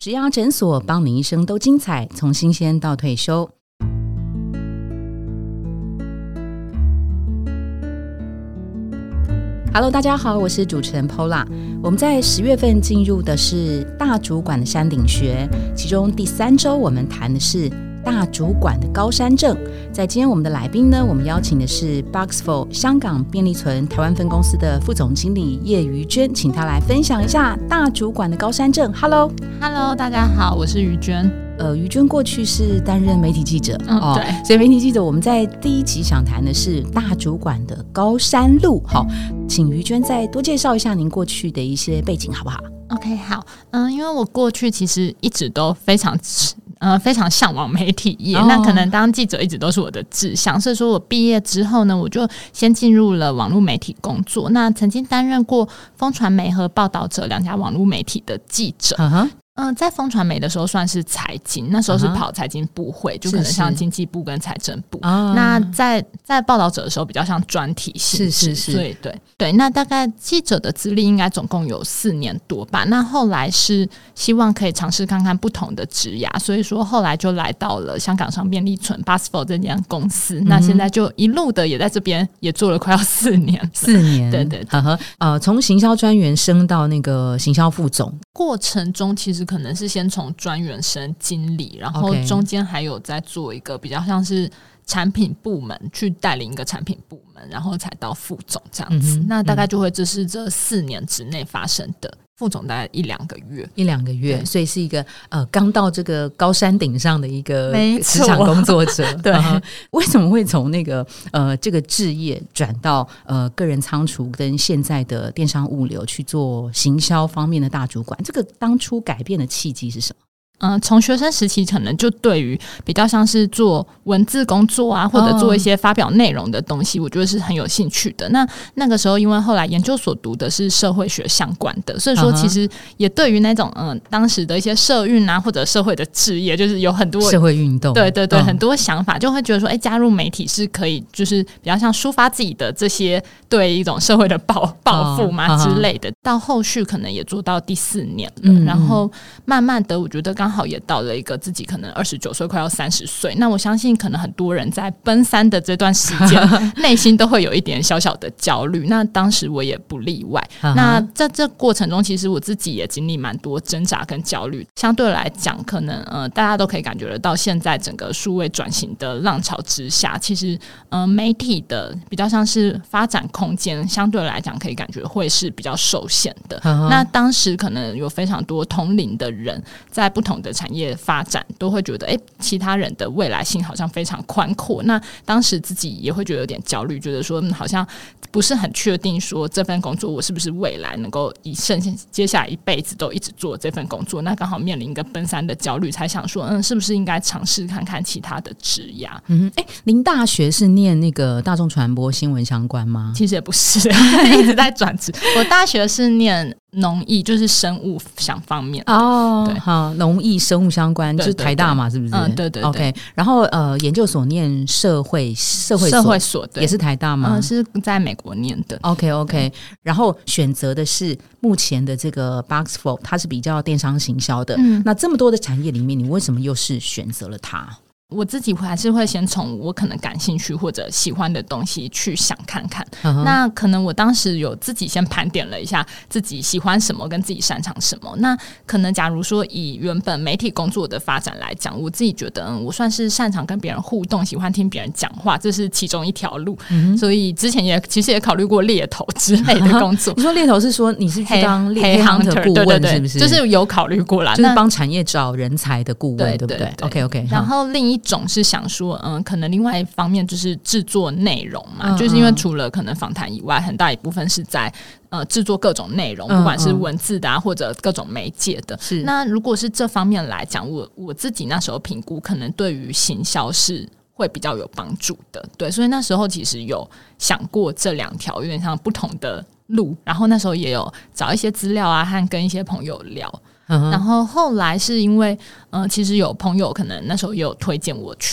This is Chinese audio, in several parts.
植牙诊所，帮你一生都精彩，从新鲜到退休。Hello， 大家好，我是主持人 Paula。我们在10月份进入的是大主管的山顶学，其中第3周我们谈的是大主管的高山症。在今天我们的来宾呢，我们邀请的是 Boxful 香港便利存台湾分公司的副总经理叶于娟，请她来分享一下大主管的高山症。Hello， 大家好，我是于娟。 于娟过去是担任媒体记者， 对， 所以媒体记者我们在第1集想谈的是大主管的高山路。好，请于娟再多介绍一下您过去的一些背景好不好？ OK， 好，因为我过去其实一直都非常向往媒体业，那可能当记者一直都是我的志向，所以说我毕业之后呢，我就先进入了网络媒体工作。那曾经担任过风传媒和报道者2家网络媒体的记者。在风传媒的时候算是财经，那时候是跑财经部会，就可能像经济部跟财政部。那在报道者的时候比较像专题性质，所以对，那大概记者的资历应该总共有4年多吧。那后来是希望可以尝试看看不同的职涯，所以说后来就来到了香港商便利存 Boxful 这家公司。那现在就一路的也在这边也做了快要4年 ，4年， 对， 从行销专员升到那个行销副总， 过程中其实可能是先从专员升经理，然后中间还有在做一个比较像是产品部门，去带领一个产品部门，然后才到副总这样子。那大概就会这是这4年之内发生的。副总大概1-2个月，所以是一个刚到这个高山顶上的一个职场工作者。对，为什么会从那个这个志业转到个人仓储跟现在的电商物流去做行销方面的大主管？这个当初改变的契机是什么？ 从学生时期可能就对于比较像是做文字工作啊，或者做一些发表内容的东西，我觉得是很有兴趣的。那个时候因为后来研究所读的是社会学相关的，所以说其实也对于那种当时的一些社运啊，或者社会的志业，就是有很多社会运动， 对，很多想法，就会觉得说加入媒体是可以就是比较像抒发自己的这些对一种社会的抱负嘛之类的。到后续可能也做到第4年了，然后慢慢的我觉得刚好也到了一个自己可能29岁快要30岁，那我相信可能很多人在奔三的这段时间内心都会有一点小小的焦虑，那当时我也不例外。那在这过程中其实我自己也经历蛮多挣扎跟焦虑，相对来讲可能大家都可以感觉得到现在整个数位转型的浪潮之下，其实媒体的比较像是发展空间相对来讲可以感觉会是比较受限的。那当时可能有非常多同龄的人在不同的产业发展都会觉得其他人的未来性好像非常宽阔，那当时自己也会觉得有点焦虑，觉得说好像不是很确定说这份工作我是不是未来能够接下来一辈子都一直做这份工作，那刚好面临一个奔三的焦虑，才想说是不是应该尝试看看其他的职涯。 您大学是念那个大众传播新闻相关吗？ 其实也不是一直在转职。我大学是念农艺，就是生物相方面对，好，农艺生物相关，就是台大嘛，是不是？ 对 OK， 然后研究所念社会所也是台大吗？ 是在美国念的。 OK， 然后选择的是目前的这个 Boxful， 它是比较电商行销的。那这么多的产业里面，你为什么又是选择了它？ 我自己还是会先从我可能感兴趣或者喜欢的东西去想看看。那可能我当时有自己先盘点了一下自己喜欢什么跟自己擅长什么。那可能假如说以原本媒体工作的发展来讲，我自己觉得我算是擅长跟别人互动，喜欢听别人讲话，这是其中一条路。所以之前其实也考虑过猎头之类的工作。 你说猎头是说你是去当黑 hunter 顾问，是不是？ 就是有考虑过啦， 就是帮产业找人才的顾问，对不对？OK。 然后另一种是想说可能另外一方面就是制作内容嘛，就是因为除了可能访谈以外，很大一部分是在制作各种内容，不管是文字的啊，或者各种媒介的。那如果是这方面来讲，我自己那时候评估可能对于行销是会比较有帮助的。对，所以那时候其实有想过这2条有点像不同的路，然后那时候也有找一些资料啊，和跟一些朋友聊。然后后来是因为其实有朋友可能那时候也有推荐我去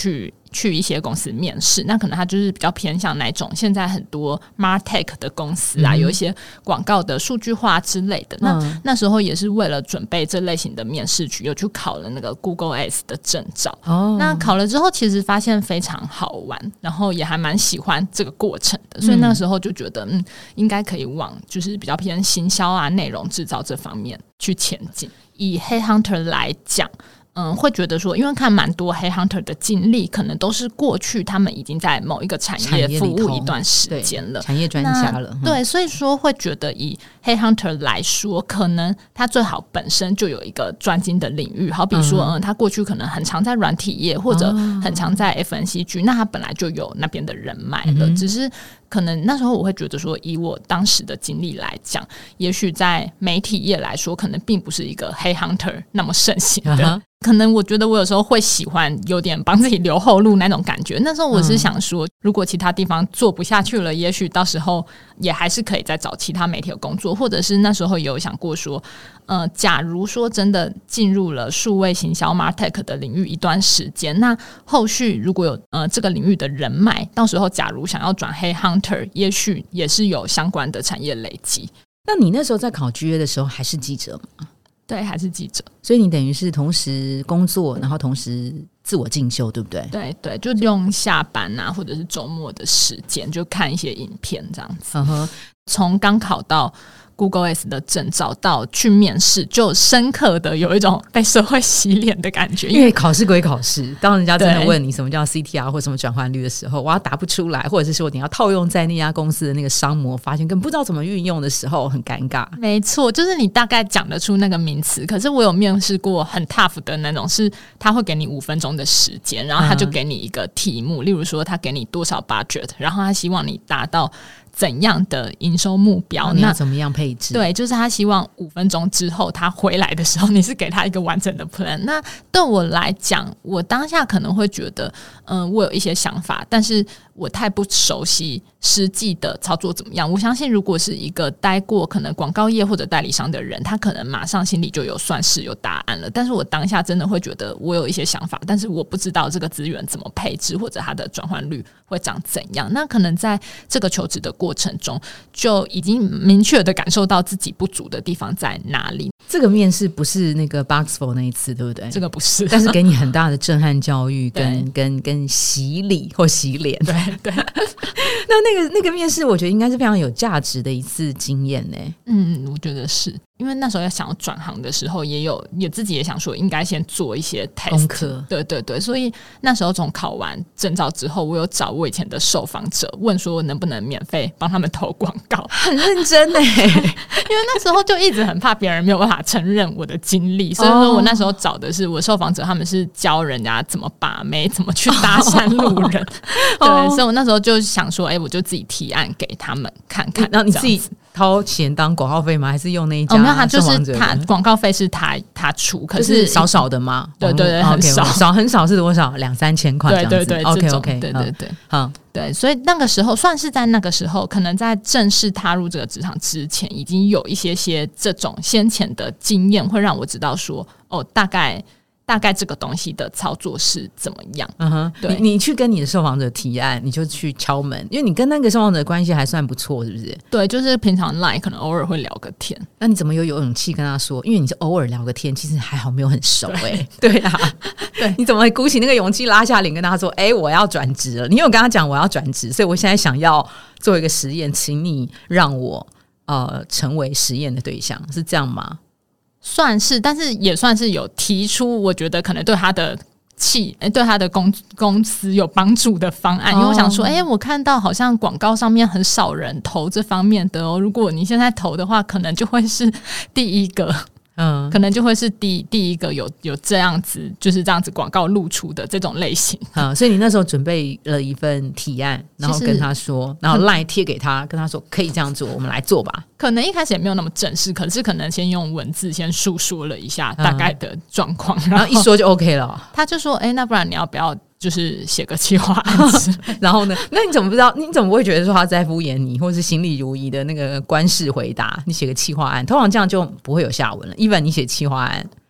去一些公司面试，那可能他就是比较偏向那种现在很多 Martech 的公司啊，有一些广告的数据化之类的。那时候也是为了准备这类型的面试有去考了那个 Google Ads 的证照。那考了之后，其实发现非常好玩，然后也还蛮喜欢这个过程的，所以那时候就觉得应该可以往就是比较偏行销啊、内容制造这方面去前进。以 Headhunter 来讲，会觉得说，因为看蛮多 Headhunter 的经历，可能都是过去他们已经在某一个产业服务一段时间了， 产业专家了。 对，所以说会觉得以 Headhunter 来说，可能他最好本身就有一个专精的领域，好比说，他过去可能很常在软体业，或者很常在 FMCG，那他本来就有那边的人脉了，只是可能那时候我会觉得说，以我当时的经历来讲，也许在媒体业来说，可能并不是一个 Headhunter 那么盛行的。可能我觉得我有时候会喜欢有点帮自己留后路那种感觉。那时候我是想说，如果其他地方做不下去了，也许到时候也还是可以再找其他媒体的工作，或者是那时候有想过说，假如说真的进入了数位行销 Martech 的领域一段时间，那后续如果有这个领域的人脉，到时候假如想要转 Headhunter， 也许也是有相关的产业累积。 那你那时候在考 GA 的时候还是记者吗？ 对，还是记者， 所以你等于是同时工作，然后同时自我进修，对不对？ 对对，就用下班啊，或者是周末的时间，就看一些影片这样子。从刚考到 Google Ads 的证照到去面试，就深刻的有一种被社会洗脸的感觉。 因为考试归考试，当人家真的问你什么叫 CTR 或什么转换率的时候，我要答不出来，或者是说你要套用在那家公司的那个商模，发现根本不知道怎么运用的时候，很尴尬。 没错，就是你大概讲得出那个名词，可是我有面试过很 tough 的那种，是他会给你5分钟的时间，然后他就给你一个题目，例如说他给你多少 budget， 然后他希望你达到怎样的营收目标， 你要怎么样配置？ 对，就是他希望5分钟之后他回来的时候，你是给他一个完整的 plan。那对我来讲，我当下可能会觉得，我有一些想法，但是我太不熟悉实际的操作怎么样。我相信，如果是一个待过可能广告业或者代理商的人，他可能马上心里就有算式、有答案了。但是我当下真的会觉得，我有一些想法，但是我不知道这个资源怎么配置，或者它的转换率会长怎样。那可能在这个求职的过程中，就已经明确的感受到自己不足的地方在哪里。 这个面试不是那个 Boxful 那一次，对不对？ 这个不是， 但是给你很大的震撼教育跟洗礼或洗脸。 对对。 那个面试，我觉得应该是非常有价值的一次经验呢。 我觉得是。因为那时候要想要转行的时候，也自己也想说应该先做一些 test 功课， 对对对，所以那时候从考完证照之后，我有找我以前的受访者问说能不能免费帮他们投广告， 很认真耶因为那时候就一直很怕别人没有办法承认我的经历，所以说我那时候找的是我受访者，他们是教人家怎么把妹，怎么去搭讪路人，对，所以我那时候就想说，我就自己提案给他们看看， 然后你自己掏钱当广告费吗？还是用那一家？ 没有，他就是他广告费是他出，可是少少的吗？ 对对对，很少很少是多少？2-3千块这样子。 对对对 ，OK， 对对对，对，所以那个时候算是在那个时候，可能在正式踏入这个职场之前，已经有一些这种先前的经验，会让我知道说，大概这个东西的操作是怎么样。对， 你去跟你的受访者提案，你就去敲门，因为你跟那个受访者的关系还算不错，是不是？ 对，就是平常 LINE 可能偶尔会聊个天。 那你怎么有勇气跟他说？因为你是偶尔聊个天，其实还好没有很熟对啊，对，你怎么会鼓起那个勇气拉下脸跟他说我要转职了？你有跟他讲我要转职，所以我现在想要做一个实验，请你让我成为实验的对象，是这样吗？ 算是，但是也算是有提出我觉得可能对他的对他的公司有帮助的方案，因为我想说我看到好像广告上面很少人投这方面的如果你现在投的话，可能就会是第一个可能就会是第一个有这样子，就是这样子广告露出的这种类型。 所以你那时候准备了一份提案，然后跟他说，然后 LINE 贴给他，跟他说可以这样做，我们来做吧。 可能一开始也没有那么正式，可是可能先用文字先述说了一下大概的状况， 然后一说就 OK 了。 他就说那不然你要不要就是写个企划案子然后呢，那你怎么不知道？你怎么会觉得说他在敷衍你，或是心里如一的那个官式回答？你写个企划案，通常这样就不会有下文了。even 你写企划案，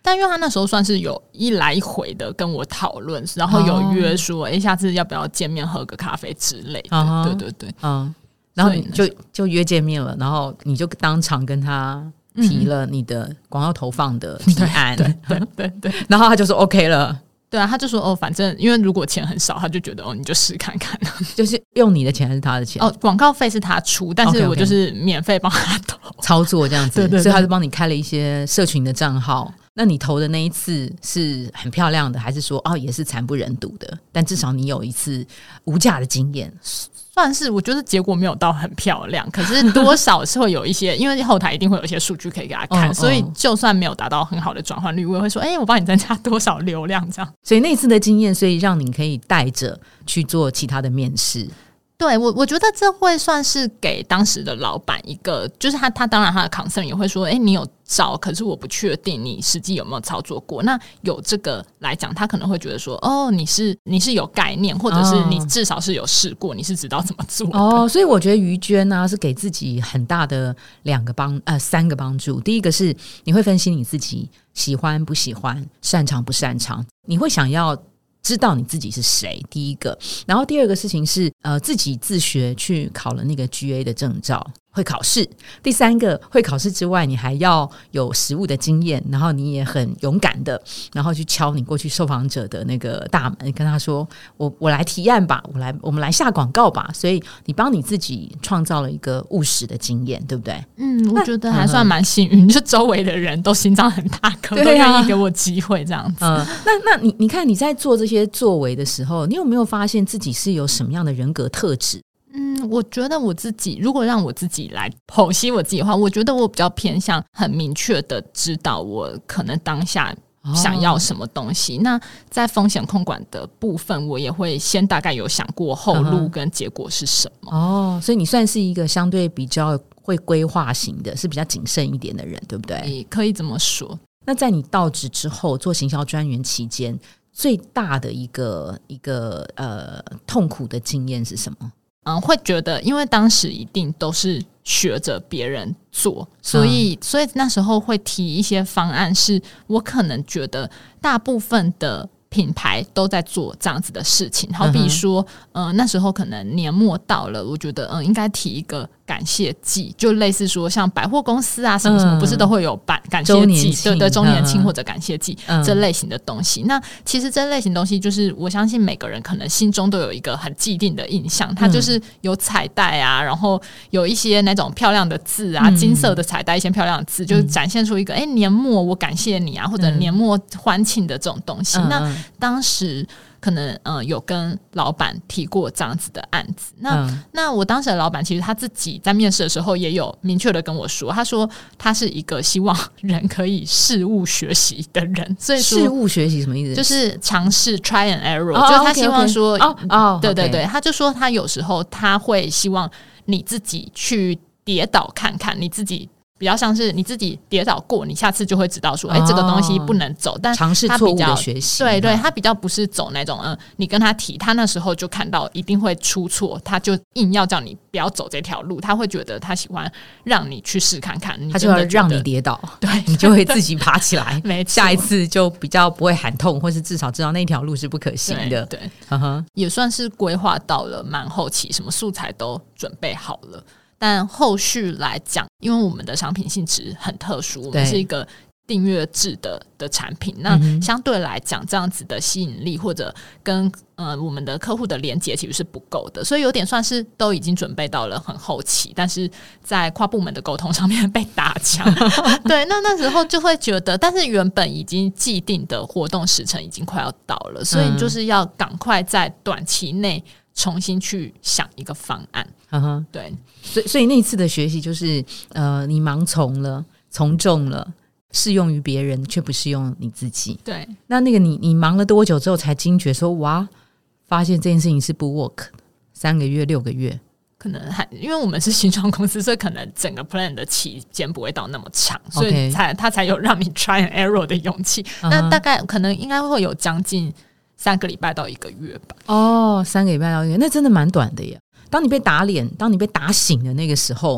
但因为他那时候算是有一来一回的跟我讨论，然后有约说下次要不要见面喝个咖啡之类的，对对对， 然后你就约见面了，然后你就当场跟他提了你的广告投放的提案， 对， 然后他就说 OK 了。 对啊，他就说反正因为如果钱很少，他就觉得你就试看看， 就是用你的钱还是他的钱？ 广告费是他出，但是我就是免费帮他投操作这样子， 对， 所以他就帮你开了一些社群的账号。那你投的那一次是很漂亮的，还是说也是惨不忍睹的？但至少你有一次无价的经验。 算是我觉得结果没有到很漂亮，可是多少是会有一些，因为后台一定会有一些数据可以给他看，所以就算没有达到很好的转换率，我也会说我帮你增加多少流量这样。 所以那次的经验，所以让你可以带着去做其他的面试。 对，我觉得这会算是给当时的老板一个，就是他当然他的 concern 也会说你有招，可是我不确定你实际有没有操作过。那有这个来讲，他可能会觉得说你是有概念，或者是你至少是有试过，你是知道怎么做的。 所以我觉得于娟呢是给自己很大的三个帮助。第一个是你会分析你自己喜欢不喜欢，擅长不擅长，你会想要知道你自己是谁，第一个。然后第二个事情是自己自学去考了那个 GA 的证照，会考试。第三个，会考试之外你还要有实务的经验，然后你也很勇敢的然后去敲你过去受访者的那个大门，跟他说我来提案吧，我们来下广告吧。所以你帮你自己创造了一个务实的经验，对不对？ 我觉得还算蛮幸运，就周围的人都心脏很大颗，都愿意给我机会这样子。 那你看你在做这些作为的时候，你有没有发现自己是有什么样的人格特质？ 我觉得我自己如果让我自己来剖析我自己的话，我觉得我比较偏向很明确的知道我可能当下想要什么东西。那在风险控管的部分，我也会先大概有想过后路跟结果是什么。 所以你算是一个相对比较会规划型的，是比较谨慎一点的人，对不对？ 可以这么说。 那在你到职之后做行销专员期间，最大的一个痛苦的经验是什么？ 会觉得因为当时一定都是学着别人做，所以那时候会提一些方案，是我可能觉得大部分的品牌都在做这样子的事情。好比说那时候可能年末到了，我觉得应该提一个感谢季，就类似说像百货公司啊什么什么不是都会有感谢季，对周年庆或者感谢季这类型的东西。那其实这类型东西就是我相信每个人可能心中都有一个很既定的印象，它就是有彩带啊，然后有一些那种漂亮的字啊，金色的彩带，一些漂亮的字，就是展现出一个年末我感谢你啊，或者年末欢庆的这种东西。那当时可能有跟老板提过这样子的案子。那我当时的老板其实他自己在面试的时候也有明确的跟我说，他说他是一个希望人可以事物学习的人。所以说事物学习什么意思？ 就是尝试 try and error，就是他希望说对对对，他就说他有时候他会希望你自己去跌倒看看，你自己比较像是你自己跌倒过，你下次就会知道说这个东西不能走。但尝试错误的学习， 对对，他比较不是走那种你跟他提，他那时候就看到一定会出错，他就硬要叫你不要走这条路。他会觉得他喜欢让你去试看看， 他就要让你跌倒， 对， 你就会自己爬起来没错， 下一次就比较不会喊痛，或是至少知道那条路是不可行的。 对，也算是规划到了蛮后期，什么素材都准备好了。但后续来讲，因为我们的商品性质很特殊，我们是一个订阅制的产品，那相对来讲这样子的吸引力或者跟我们的客户的连结其实是不够的，所以有点算是都已经准备到了很后期，但是在跨部门的沟通上面被打枪对，那时候就会觉得，但是原本已经既定的活动时程已经快要到了，所以就是要赶快在短期内重新去想一个方案。对， 所以那次的学习就是你盲从众了，适用于别人却不适用你自己。 对， 那个你忙了多久之后才惊觉说哇，发现这件事情是不 work？3个月6个月？ 可能因为我们是新创公司，所以可能整个 plan 的期间不会到那么长，所以他才有让你 try and error 的勇气。那大概可能应该会有将近3个礼拜到1个月吧。3个礼拜到1个月，那真的蛮短的耶。当你被打脸，当你被打醒的那个时候，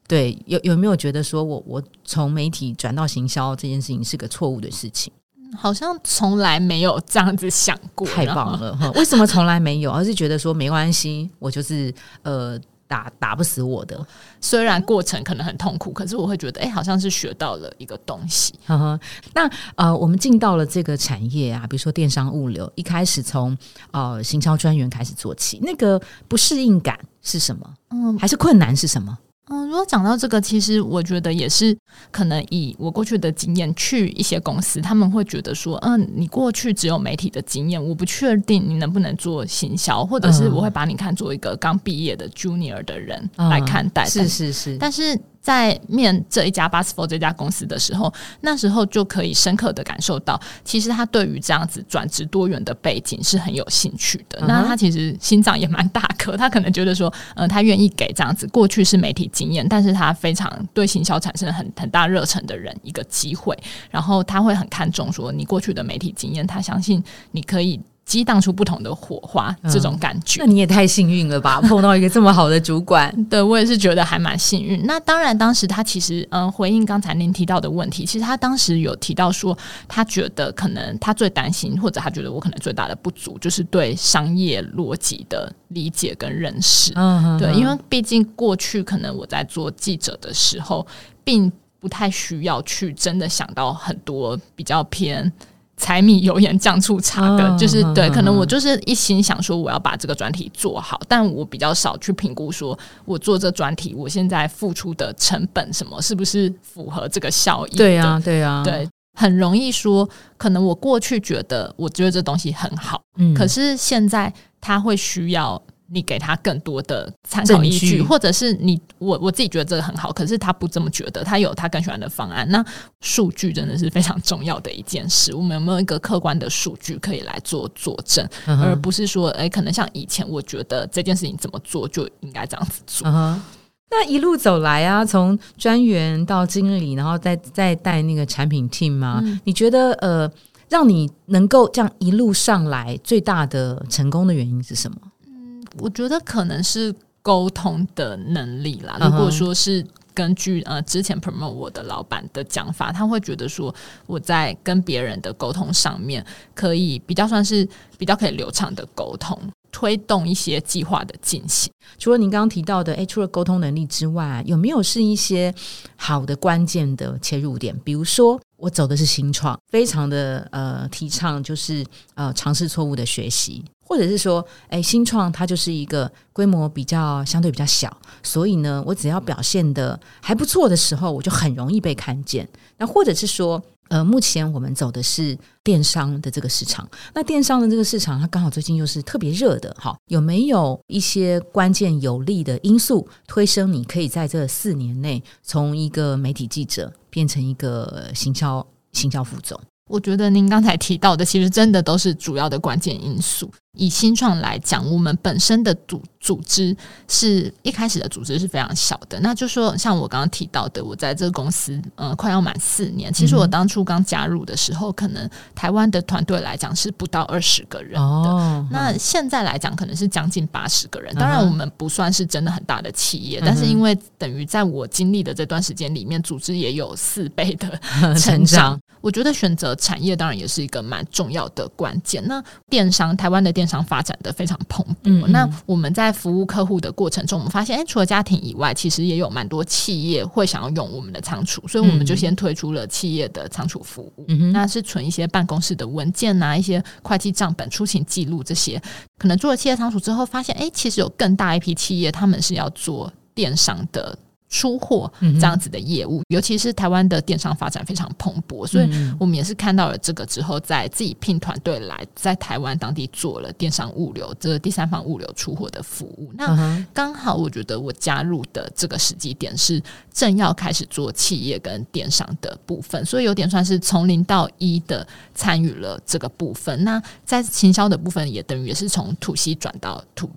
对，有没有觉得说我从媒体转到行销这件事情是个错误的事情？ 好像从来没有这样子想过。 太棒了！为什么从来没有？而是觉得说没关系，我就是打不死我的。 虽然过程可能很痛苦，可是我会觉得好像是学到了一个东西。 那我们进到了这个产业啊，比如说电商物流，一开始从行销专员开始做起，那个不适应感是什么？还是困难是什么？ 如果讲到这个，其实我觉得也是可能以我过去的经验去一些公司，他们会觉得说你过去只有媒体的经验，我不确定你能不能做行销，或者是我会把你看作一个刚毕业的 junior 的人来看待。 是但是在面这一家 BuzzFold 这家公司的时候，那时候就可以深刻的感受到，其实他对于这样子转职多元的背景是很有兴趣的。那他其实心脏也蛮大颗，他可能觉得说他愿意给这样子过去是媒体经验，但是他非常对行销产生很大热忱的人一个机会，然后他会很看重说你过去的媒体经验，他相信你可以激荡出不同的火花，这种感觉。 那你也太幸运了吧，碰到一个这么好的主管。 对，我也是觉得还蛮幸运。那当然当时他其实回应刚才您提到的问题，其实他当时有提到说他觉得可能他最担心，或者他觉得我可能最大的不足就是对商业逻辑的理解跟认识。对，因为毕竟过去可能我在做记者的时候并不太需要去真的想到很多比较偏柴米油盐酱醋茶的，就是对，可能我就是一心想说我要把这个专题做好，但我比较少去评估说我做这专题我现在付出的成本什么是不是符合这个效益。 对， 很容易说可能我过去觉得这东西很好，可是现在他会需要你给他更多的参考依据，或者是我自己觉得这个很好，可是他不这么觉得，他有他更喜欢的方案。那数据真的是非常重要的一件事，我们有没有一个客观的数据可以来做佐证，而不是说可能像以前我觉得这件事情怎么做就应该这样子做。 那一路走来啊，从专员到经理，然后再带那个产品 team 嘛，你觉得让你能够这样一路上来最大的成功的原因是什么？ 我觉得可能是沟通的能力啦。如果说是根据之前 promote 我的老板的讲法，他会觉得说我在跟别人的沟通上面可以比较算是比较可以流畅的沟通，推动一些计划的进行。 除了您刚刚提到的除了沟通能力之外，有没有是一些好的关键的切入点？比如说我走的是新创，非常的提倡就是尝试错误的学习，或者是说新创它就是一个规模相对比较小，所以呢我只要表现的还不错的时候，我就很容易被看见。那或者是说目前我们走的是电商的这个市场，那电商的这个市场它刚好最近又是特别热的，有没有一些关键有利的因素推升你可以在这4年内从一个媒体记者变成一个行销副总？ 我觉得您刚才提到的其实真的都是主要的关键因素。以新创来讲，我们本身的组织是一开始的组织是非常小的，那就说像我刚刚提到的，我在这个公司快要满4年，其实我当初刚加入的时候，可能台湾的团队来讲是不到20个人的，那现在来讲可能是将近80个人。当然我们不算是真的很大的企业，但是因为等于在我经历的这段时间里面，组织也有4倍的成长。我觉得选择产业当然也是一个蛮重要的关键。那台湾的电商发展的非常蓬勃，那我们在服务客户的过程中，我们发现除了家庭以外，其实也有蛮多企业会想要用我们的仓储，所以我们就先推出了企业的仓储服务，那是存一些办公室的文件啊，一些会计账本、出勤记录这些。可能做了企业仓储之后发现其实有更大一批企业他们是要做电商的出货这样子的业务，尤其是台湾的电商发展非常蓬勃，所以我们也是看到了这个之后，在自己聘团队来在台湾当地做了电商物流，这第三方物流出货的服务。那刚好我觉得我加入的这个时机点是正要开始做企业跟电商的部分，所以有点算是从0到1的参与了这个部分。那在行销的部分也等于也是从 to C 转到 to B。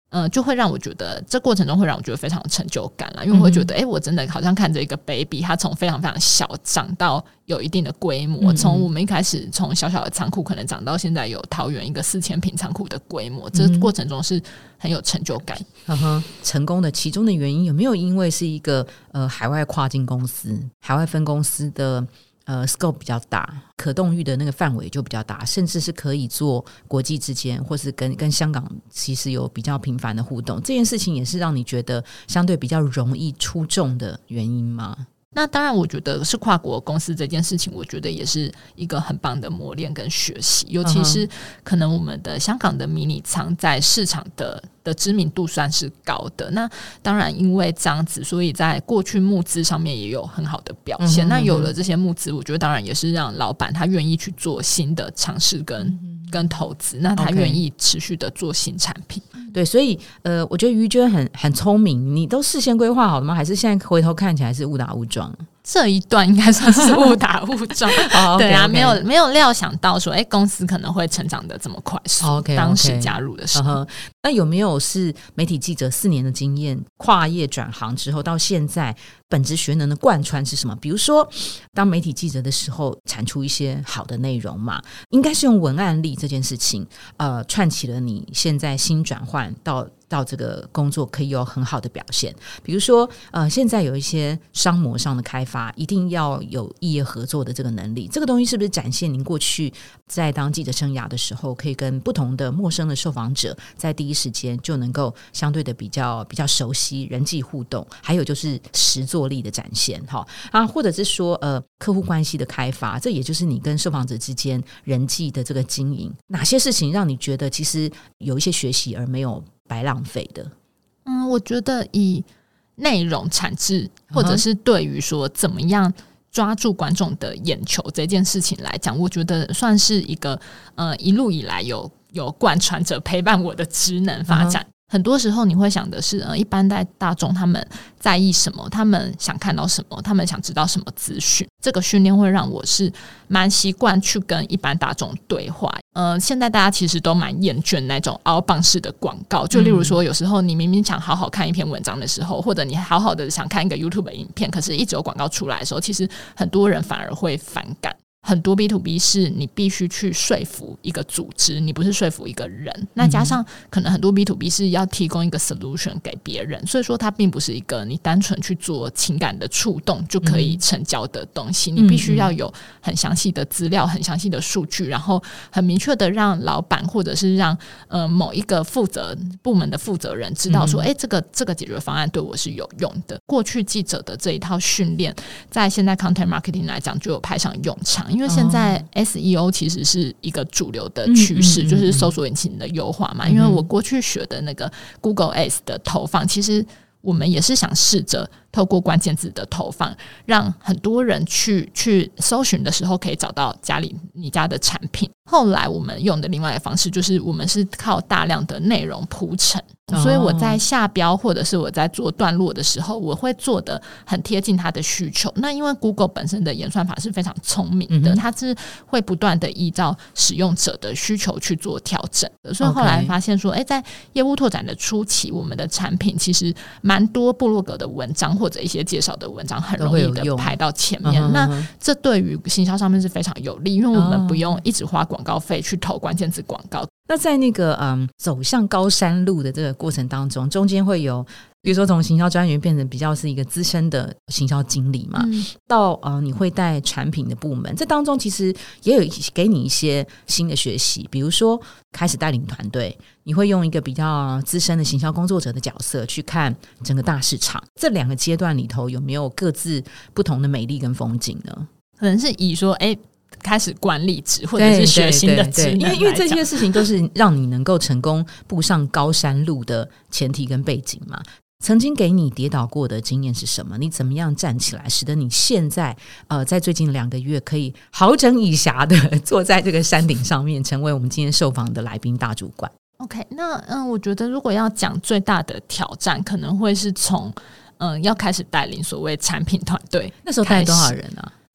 就会让我觉得这过程中会让我觉得非常有成就感啦，因为我会觉得我真的好像看着一个 baby， 他从非常非常小长到有一定的规模，从我们一开始从小小的仓库可能长到现在有桃园一个4000坪仓库的规模，这过程中是很有成就感。 成功的其中的原因有没有因为是一个海外跨境公司、海外分公司的scope 比较大，可动域的那个范围就比较大，甚至是可以做国际之间或是跟香港其实有比较频繁的互动，这件事情也是让你觉得相对比较容易出众的原因吗？ 那当然我觉得是跨国公司这件事情，我觉得也是一个很棒的磨练跟学习，尤其是可能我们的香港的迷你仓在市场的知名度算是高的，那当然因为这样子，所以在过去募资上面也有很好的表现，那有了这些募资，我觉得当然也是让老板他愿意去做新的尝试跟投资，那他愿意持续的做新产品。 对，所以我觉得于娟很聪明，你都事先规划好了吗？还是现在回头看起来是误打误撞？ 这一段应该算是误打误撞对啊，没有料想到说公司可能会成长的这么快速当时加入的时候那有没有是媒体记者4年的经验，跨业转行之后到现在本职学能的贯穿是什么？比如说当媒体记者的时候产出一些好的内容嘛，应该是用文案力这件事情串起了你现在新转换到这个工作可以有很好的表现。比如说现在有一些商模上的开发一定要有异业合作的这个能力，这个东西是不是展现您过去在当记者生涯的时候可以跟不同的陌生的受访者在第一时间就能够相对的比较熟悉，人际互动，还有就是实作力的展现或者是说客户关系的开发，这也就是你跟受访者之间人际的这个经营，哪些事情让你觉得其实有一些学习而没有白浪费的？ 我觉得以内容产制或者是对于说怎么样抓住观众的眼球这件事情来讲，我觉得算是一个一路以来有贯穿着陪伴我的职能发展。很多时候你会想的是一般大众他们在意什么，他们想看到什么，他们想知道什么资讯，这个训练会让我是蛮习惯去跟一般大众对话。现在大家其实都蛮厌倦那种凹棒式的广告，就例如说有时候你明明想好好看一篇文章的时候，或者你好好的想看一个 YouTube 的影片，可是一直有广告出来的时候，其实很多人反而会反感。很多 B2B 是你必须去说服一个组织，你不是说服一个人，那加上可能很多 B2B 是要提供一个 solution 给别人，所以说它并不是一个你单纯去做情感的触动就可以成交的东西，你必须要有很详细的资料，很详细的数据，然后很明确的让老板或者是让某一个部门的负责人知道说这个解决方案对我是有用的。过去记者的这一套训练在现在 content marketing 来讲就有派上用场，因为现在 SEO 其实是一个主流的趋势，就是搜索引擎的优化嘛。因为我过去学的那个 Google Ads 的投放，其实我们也是想试着透过关键字的投放，让很多人去搜寻的时候可以找到你家的产品。后来我们用的另外一个方式就是我们是靠大量的内容铺陈，所以我在下标或者是我在做段落的时候，我会做得很贴近它的需求。那因为 Google 本身的演算法是非常聪明的，它是会不断的依照使用者的需求去做调整的，所以后来发现说在业务拓展的初期，我们的产品其实蛮多部落格的文章或者一些介绍的文章很容易的排到前面，那这对于行销上面是非常有利，因为我们不用一直花广告费去投关键字广告。 那在那个走向高山路的这个过程当中，中间会有比如说从行销专员变成比较是一个资深的行销经理嘛，到你会带产品的部门，这当中其实也有给你一些新的学习，比如说开始带领团队，你会用一个比较资深的行销工作者的角色去看整个大市场，这2个阶段里头有没有各自不同的美丽跟风景呢？ 可能是以说开始管理职或者是学新的职能， 因为这些事情都是让你能够成功步上高山路的前提跟背景嘛。曾经给你跌倒过的经验是什么？你怎么样站起来，使得你现在在最近2个月可以好整以暇的坐在这个山顶上面，成为我们今天受访的来宾大主管？ OK， 那我觉得如果要讲最大的挑战，可能会是从要开始带领所谓产品团队。 那时候带多少人啊？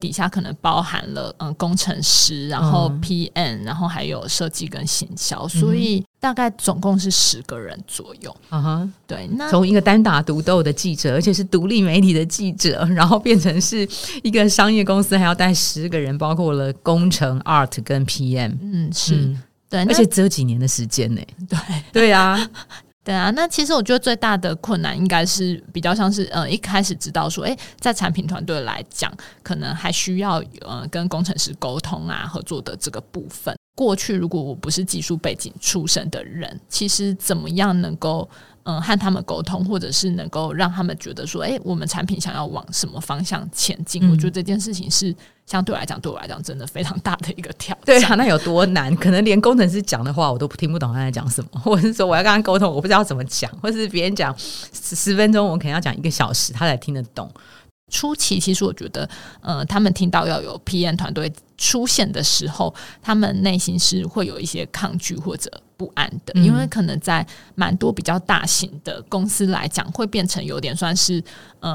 底下可能包含了工程师，然后 PM，然后还有设计跟行销，所以大概总共是10个人左右。对，那从一个单打独斗的记者，而且是独立媒体的记者，然后变成是一个商业公司还要带10个人，包括了工程、art 跟 PM。 是。对， 而且只有几年的时间呢。对啊对啊，那其实我觉得最大的困难应该是比较像是一开始知道说在产品团队来讲可能还需要跟工程师沟通啊合作的这个部分。过去如果我不是技术背景出身的人，其实怎么样能够和他们沟通，或者是能够让他们觉得说我们产品想要往什么方向前进，我觉得这件事情是相对我来讲真的非常大的一个挑战。 对啊，那有多难？可能连工程师讲的话我都听不懂他在讲什么，或者是说我要跟他沟通我不知道怎么讲，或是别人讲10分钟我可能要讲1个小时他才听得懂。 初期其实我觉得他们听到要有 PM 团队出现的时候，他们内心是会有一些抗拒或者不安的，因为可能在蛮多比较大型的公司来讲会变成有点算是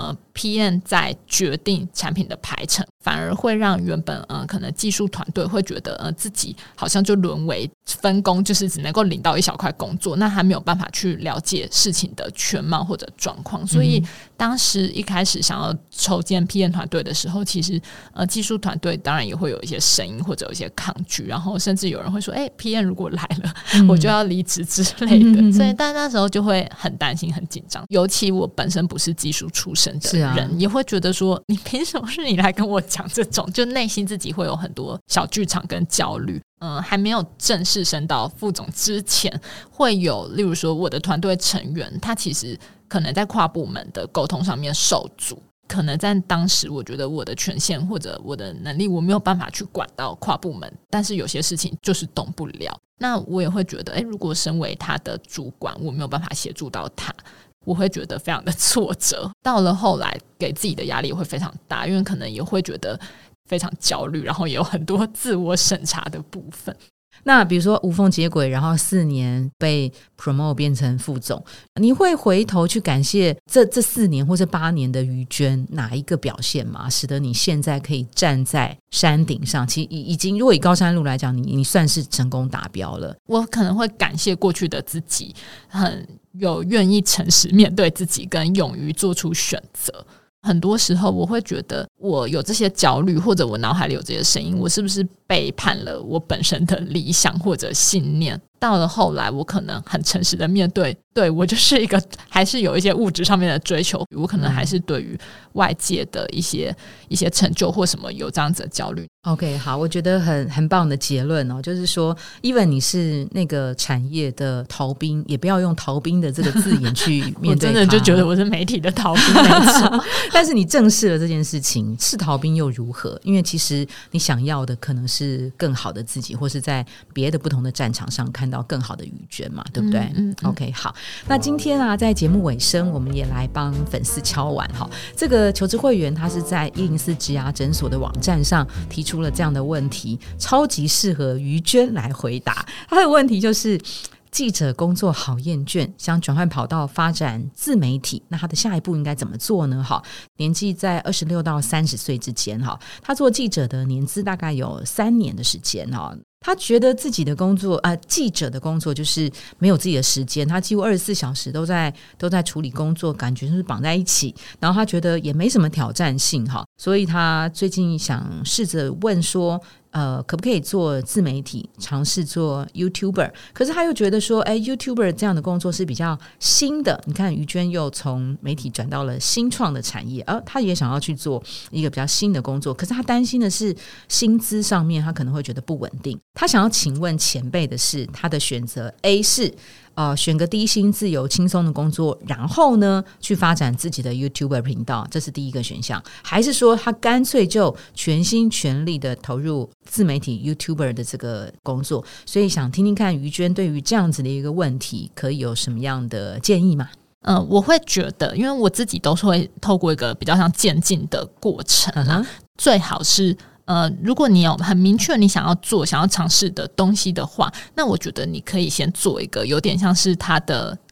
PM 在决定产品的排程，反而会让原本可能技术团队会觉得自己好像就沦为分工，就是只能够领到一小块工作，那还没有办法去了解事情的全貌或者状况。所以当时一开始想要筹建 PM 团队的时候，其实技术团队当然也会有一些声音或者有一些抗拒，然后甚至有人会说PM 如果来了我就要离职之类的。所以但那时候就会很担心很紧张，尤其我本身不是技术出身的人，也会觉得说你凭什么是你来跟我讲这种，就内心自己会有很多小剧场跟焦虑。还没有正式升到副总之前，会有例如说我的团队成员他其实可能在跨部门的沟通上面受阻，可能在当时我觉得我的权限或者我的能力我没有办法去管到跨部门，但是有些事情就是动不了。那我也会觉得如果身为他的主管我没有办法协助到他，我会觉得非常的挫折。到了后来给自己的压力也会非常大，因为可能也会觉得非常焦虑，然后也有很多自我审查的部分。 那比如说无缝接轨，然后4年被 promote 变成副总，你会回头去感谢这4年或者8年的于娟哪一个表现吗？使得你现在可以站在山顶上？其实已经，如果以高山路来讲，你算是成功达标了。 我可能会感谢过去的自己，很有愿意诚实面对自己，跟勇于做出选择。很多时候我会觉得我有这些焦虑，或者我脑海里有这些声音，我是不是背叛了我本身的理想或者信念？到了后来我可能很诚实的面对，对，我就是一个还是有一些物质上面的追求，我可能还是对于外界的一些成就或什么有这样子的焦虑。 OK， 好，我觉得很棒的结论哦，就是说 even 你是那个产业的逃兵，也不要用逃兵的这个字眼去面对它。我真的就觉得我是媒体的逃兵但是你正视了这件事情，是逃兵又如何？因为其实你想要的可能是更好的自己，或是在别的不同的战场上看到更好的于娟嘛，对不对？OK， 好，那今天啊，在节目尾声我们也来帮粉丝敲完哈。这个求职会员他是在104职涯诊所的网站上提出了这样的问题，超级适合于娟来回答。他的问题就是记者工作好厌倦，想转换跑道发展自媒体，那他的下一步应该怎么做呢？年纪在26到30岁之间，他做记者的年资大概有3年的时间。他觉得自己的工作记者的工作就是没有自己的时间，他几乎24小时都在处理工作，感觉就是绑在一起，然后他觉得也没什么挑战性，所以他最近想试着问说可不可以做自媒体，尝试做 YouTuber。 可是他又觉得说YouTuber 这样的工作是比较新的，你看于娟又从媒体转到了新创的产业，他也想要去做一个比较新的工作，可是他担心的是薪资上面他可能会觉得不稳定。他想要请问前辈的是，他的选择 A 是选个低薪自由轻松的工作，然后呢去发展自己的 YouTuber 频道，这是第一个选项，还是说他干脆就全心全力的投入自媒体 YouTuber 的这个工作？所以想听听看于娟对于这样子的一个问题可以有什么样的建议吗？ 我会觉得，因为我自己都是会透过一个比较像渐进的过程最好是如果你有很明确你想要尝试的东西的话，那我觉得你可以先做一个有点像是它的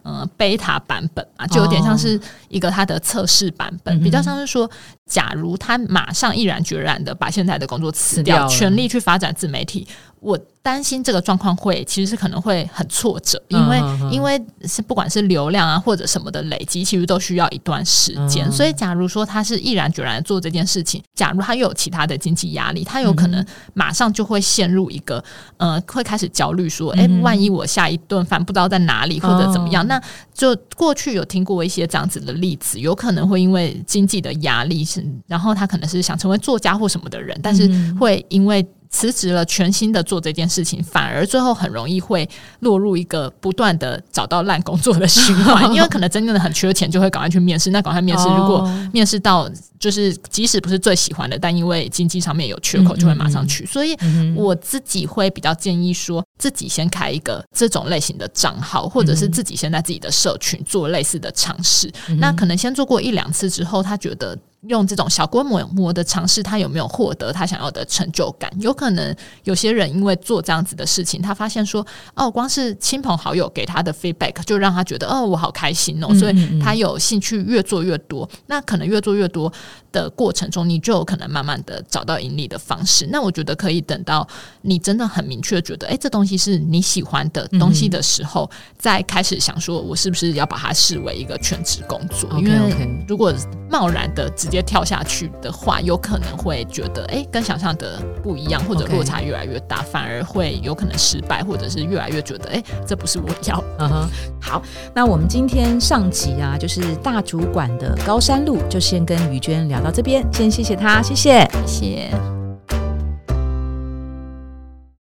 beta 版本嘛，就有点像是一个它的测试版本，比较像是说，假如他马上毅然决然的把现在的工作辞掉，全力去发展自媒体，我担心这个状况其实是可能会很挫折，因为是不管是流量啊或者什么的累积，其实都需要一段时间。所以假如说他是毅然决然的做这件事情，假如他又有其他的经济压力，他有可能马上就会陷入一个会开始焦虑说，万一我下一顿饭不知道在哪里或者怎么样，那就过去有听过一些这样子的例子，有可能会因为经济的压力，然后他可能是想成为作家或什么的人，但是会因为辞职了全心的做这件事情，反而最后很容易会落入一个不断的找到烂工作的循环因为可能真正的很缺钱就会赶快去面试，那赶快面试，如果面试到就是即使不是最喜欢的，但因为经济上面有缺口就会马上去，所以我自己会比较建议说自己先开一个这种类型的账号，或者是自己先在自己的社群做类似的尝试，那可能先做过1-2次之后，他觉得用这种小规模的尝试，他有没有获得他想要的成就感，有可能有些人因为做这样子的事情，他发现说光是亲朋好友给他的 feedback 就让他觉得我好开心所以他有兴趣越做越多，那可能越做越多的过程中，你就有可能慢慢的找到盈利的方式。那我觉得可以等到你真的很明确觉得这东西是你喜欢的东西的时候，再开始想说我是不是要把它视为一个全职工作，因为如果贸然的直接跳下去的话，有可能会觉得跟想象的不一样，或者落差越来越大，反而会有可能失败，或者是越来越觉得这不是我要。 好，那我们今天上集啊，就是大主管的高山路，就先跟于娟聊到这边，先谢谢她，谢谢。